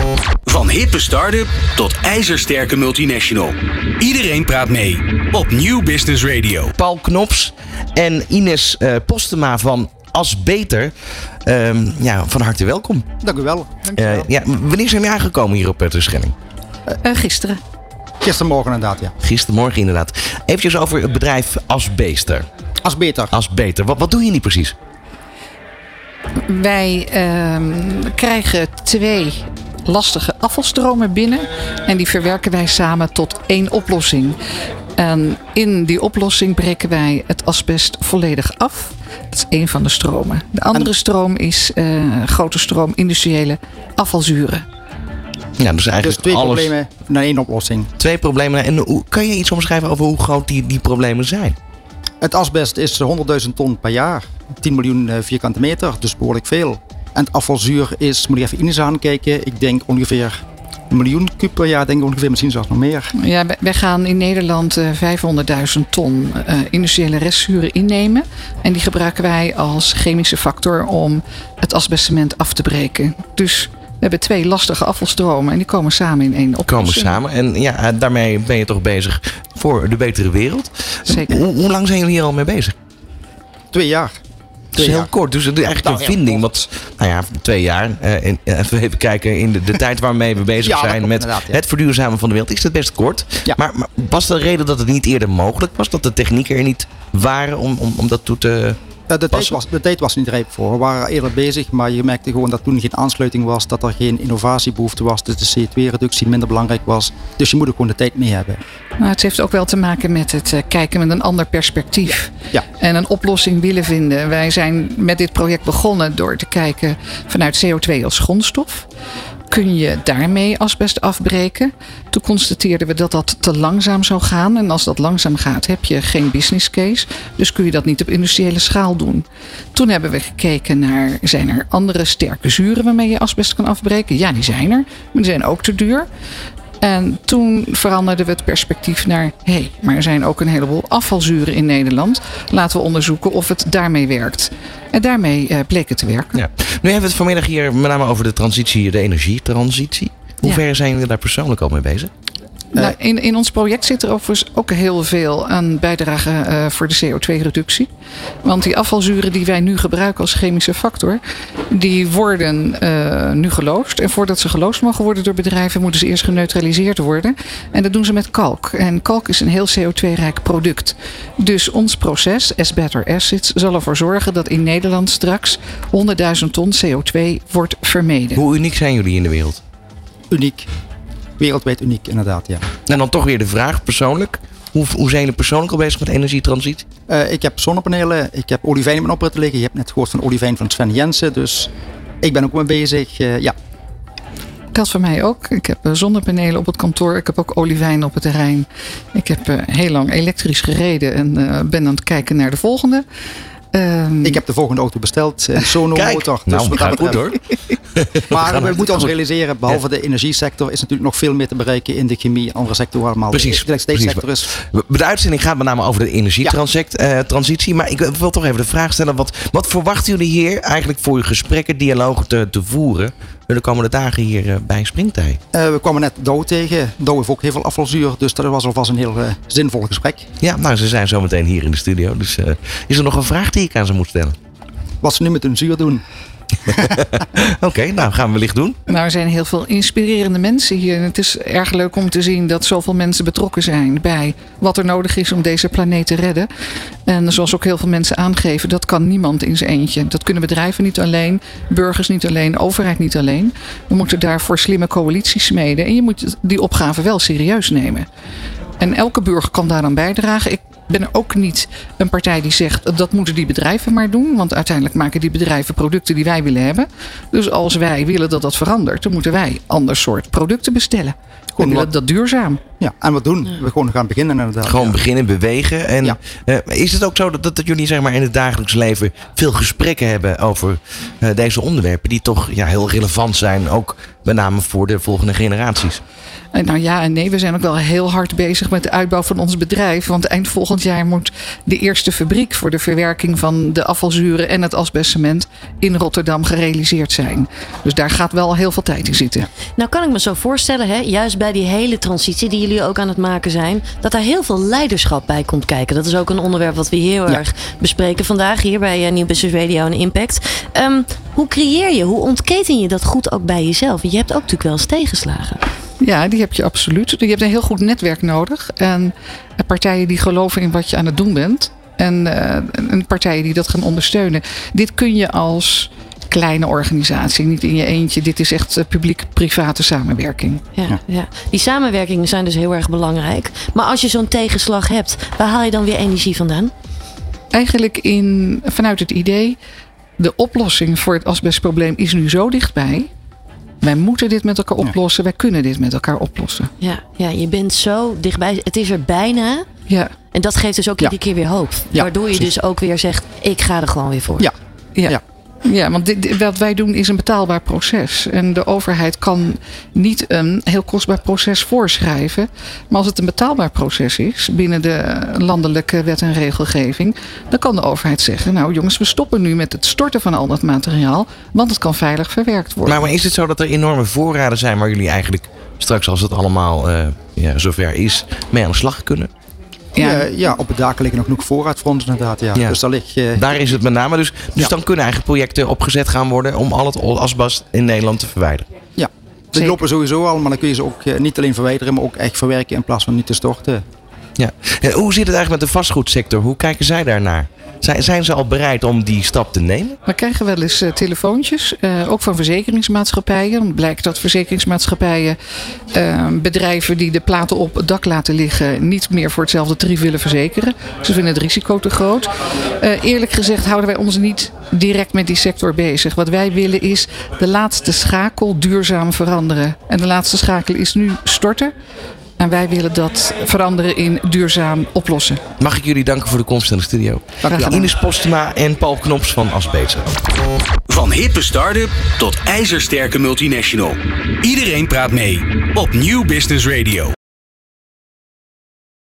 Van hippe start-up tot ijzersterke multinational. Iedereen praat mee op Nieuw Business Radio. Paul Knops en Ines Postema van Asbeter. Van harte welkom. Dank u wel. Wanneer zijn jullie aangekomen hier op Terschelling? Gisteren. Gistermorgen inderdaad, ja. Gistermorgen inderdaad. Eventjes over het bedrijf Asbeter. Asbeter. Wat doen jullie precies? Wij krijgen 2 lastige afvalstromen binnen. En die verwerken wij samen tot 1 oplossing. En in die oplossing breken wij het asbest volledig af. Dat is 1 van de stromen. De andere stroom is grote stroom industriële afvalzuren. Ja, dus eigenlijk 2 problemen naar 1 oplossing. 2 problemen. En kan je iets omschrijven over hoe groot die problemen zijn? Het asbest is 100.000 ton per jaar. 10 miljoen vierkante meter, dus behoorlijk veel. En het afvalzuur is, moet ik even Ines aankijken, ik denk ongeveer 1 miljoen kub per jaar, denk ik ongeveer, misschien zelfs nog meer. Ja, wij gaan in Nederland 500.000 ton industriële restzuren innemen. En die gebruiken wij als chemische factor om het asbestcement af te breken. Dus we hebben 2 lastige afvalstromen en die komen samen in 1 oplossing. En daarmee ben je toch bezig voor de betere wereld. Zeker. Hoe lang zijn jullie hier al mee bezig? 2 jaar. Dat is heel kort. Dus het is eigenlijk een vinding. Wat, 2 jaar. Even kijken in de tijd waarmee we bezig zijn met het verduurzamen van de wereld. Is het best kort. Ja. Maar was de reden dat het niet eerder mogelijk was? Dat de technieken er niet waren om dat toe te... De tijd was niet rijp voor. We waren eerder bezig, maar je merkte gewoon dat toen geen aansluiting was, dat er geen innovatiebehoefte was, dat de CO2-reductie minder belangrijk was. Dus je moet ook gewoon de tijd mee hebben. Maar het heeft ook wel te maken met het kijken met een ander perspectief. Ja. En een oplossing willen vinden. Wij zijn met dit project begonnen door te kijken vanuit CO2 als grondstof. Kun je daarmee asbest afbreken? Toen constateerden we dat dat te langzaam zou gaan. En als dat langzaam gaat, heb je geen business case. Dus kun je dat niet op industriële schaal doen. Toen hebben we gekeken naar, zijn er andere sterke zuren waarmee je asbest kan afbreken? Ja, die zijn er. Maar die zijn ook te duur. En toen veranderden we het perspectief naar... maar er zijn ook een heleboel afvalzuren in Nederland. Laten we onderzoeken of het daarmee werkt. En daarmee bleek het te werken. Ja. Nu hebben we het vanmiddag hier met name over de energietransitie. Hoe ver zijn jullie daar persoonlijk al mee bezig? Nou, in ons project zit er overigens ook heel veel aan bijdrage voor de CO2-reductie. Want die afvalzuren die wij nu gebruiken als chemische factor, die worden nu geloosd. En voordat ze geloosd mogen worden door bedrijven, moeten ze eerst geneutraliseerd worden. En dat doen ze met kalk. En kalk is een heel CO2-rijk product. Dus ons proces, Asbeter Acids, zal ervoor zorgen dat in Nederland straks 100.000 ton CO2 wordt vermeden. Hoe uniek zijn jullie in de wereld? Uniek. Wereldwijd uniek, inderdaad, ja. En dan toch weer de vraag, persoonlijk. Hoe zijn jullie persoonlijk al bezig met energietransitie? Ik heb zonnepanelen, ik heb olivijn in mijn oprit liggen. Je hebt net gehoord van olivijn van Sven Jensen, dus ik ben ook mee bezig, ja. Dat voor mij ook. Ik heb zonnepanelen op het kantoor. Ik heb ook olivijn op het terrein. Ik heb heel lang elektrisch gereden en ben aan het kijken naar de volgende. Ik heb de volgende auto besteld, een Sono-motor. Dus nou, gaat goed hoor. Maar we moeten ons realiseren, behalve de energiesector is natuurlijk nog veel meer te bereiken in de chemie en andere sectoren allemaal. Precies. De elektriciteitssector is... De uitzending gaat met name over de energietransitie. Maar ik wil toch even de vraag stellen, wat verwachten jullie hier eigenlijk voor je gesprekken, dialogen te voeren de komende dagen hier bij Springtij? We kwamen net Douwe tegen. Douwe heeft ook heel veel afvalzuur, dus dat was alvast een heel zinvol gesprek. Ja, nou ze zijn zometeen hier in de studio. Dus is er nog een vraag die ik aan ze moet stellen? Wat ze nu met hun zuur doen. Oké, nou gaan we wellicht doen. Nou, er zijn heel veel inspirerende mensen hier. En het is erg leuk om te zien dat zoveel mensen betrokken zijn bij wat er nodig is om deze planeet te redden. En zoals ook heel veel mensen aangeven, dat kan niemand in zijn eentje. Dat kunnen bedrijven niet alleen, burgers niet alleen, overheid niet alleen. We moeten daarvoor slimme coalities smeden. En je moet die opgave wel serieus nemen. En elke burger kan daaraan bijdragen. Ik ben ook niet een partij die zegt dat moeten die bedrijven maar doen. Want uiteindelijk maken die bedrijven producten die wij willen hebben. Dus als wij willen dat dat verandert, dan moeten wij ander soort producten bestellen. We willen dat duurzaam. Ja, en wat doen? We gewoon gaan beginnen inderdaad. Gewoon beginnen, bewegen. En is het ook zo dat jullie zeg maar in het dagelijks leven veel gesprekken hebben over deze onderwerpen die toch heel relevant zijn, ook met name voor de volgende generaties? Nou ja en nee, we zijn ook wel heel hard bezig met de uitbouw van ons bedrijf. Want eind volgend jaar moet de eerste fabriek voor de verwerking van de afvalzuren en het asbestcement in Rotterdam gerealiseerd zijn. Dus daar gaat wel heel veel tijd in zitten. Nou kan ik me zo voorstellen, juist bij die hele transitie die jullie ook aan het maken zijn, dat daar heel veel leiderschap bij komt kijken. Dat is ook een onderwerp wat we heel erg bespreken vandaag hier bij Nieuw Business Radio en Impact. Hoe creëer je, hoe ontketen je dat goed ook bij jezelf? Je hebt ook natuurlijk wel eens tegenslagen. Ja, die heb je absoluut. Je hebt een heel goed netwerk nodig. En partijen die geloven in wat je aan het doen bent. En partijen die dat gaan ondersteunen. Dit kun je als kleine organisatie, niet in je eentje. Dit is echt publiek-private samenwerking. Ja. Die samenwerkingen zijn dus heel erg belangrijk. Maar als je zo'n tegenslag hebt, waar haal je dan weer energie vandaan? Eigenlijk vanuit het idee, de oplossing voor het asbestprobleem is nu zo dichtbij. Wij moeten dit met elkaar oplossen. Wij kunnen dit met elkaar oplossen. Ja, je bent zo dichtbij. Het is er bijna. Ja. En dat geeft dus ook iedere keer weer hoop. Waardoor je dus ook weer zegt, ik ga er gewoon weer voor. Ja, want wat wij doen is een betaalbaar proces. En de overheid kan niet een heel kostbaar proces voorschrijven. Maar als het een betaalbaar proces is binnen de landelijke wet en regelgeving, dan kan de overheid zeggen, nou jongens, we stoppen nu met het storten van al dat materiaal, want het kan veilig verwerkt worden. Maar is het zo dat er enorme voorraden zijn waar jullie eigenlijk straks, als het allemaal zover is, mee aan de slag kunnen? Ja, op het daken liggen nog genoeg voorraad voor ons inderdaad. Ja. Dus daar is het met name. Dus dan kunnen eigen projecten opgezet gaan worden om al het asbest in Nederland te verwijderen. Ja, die lopen sowieso al, maar dan kun je ze ook niet alleen verwijderen, maar ook echt verwerken in plaats van niet te storten. Ja. Hoe zit het eigenlijk met de vastgoedsector? Hoe kijken zij daarnaar? Zijn ze al bereid om die stap te nemen? We krijgen wel eens telefoontjes, ook van verzekeringsmaatschappijen. Dan blijkt dat verzekeringsmaatschappijen bedrijven die de platen op het dak laten liggen niet meer voor hetzelfde tarief willen verzekeren. Ze vinden het risico te groot. Eerlijk gezegd houden wij ons niet direct met die sector bezig. Wat wij willen is de laatste schakel duurzaam veranderen. En de laatste schakel is nu storten. En wij willen dat veranderen in duurzaam oplossen. Mag ik jullie danken voor de komst in de studio. Ines Postema en Paul Knops van Asbeza. Van hippe start-up tot ijzersterke multinational. Iedereen praat mee op Nieuw Business Radio.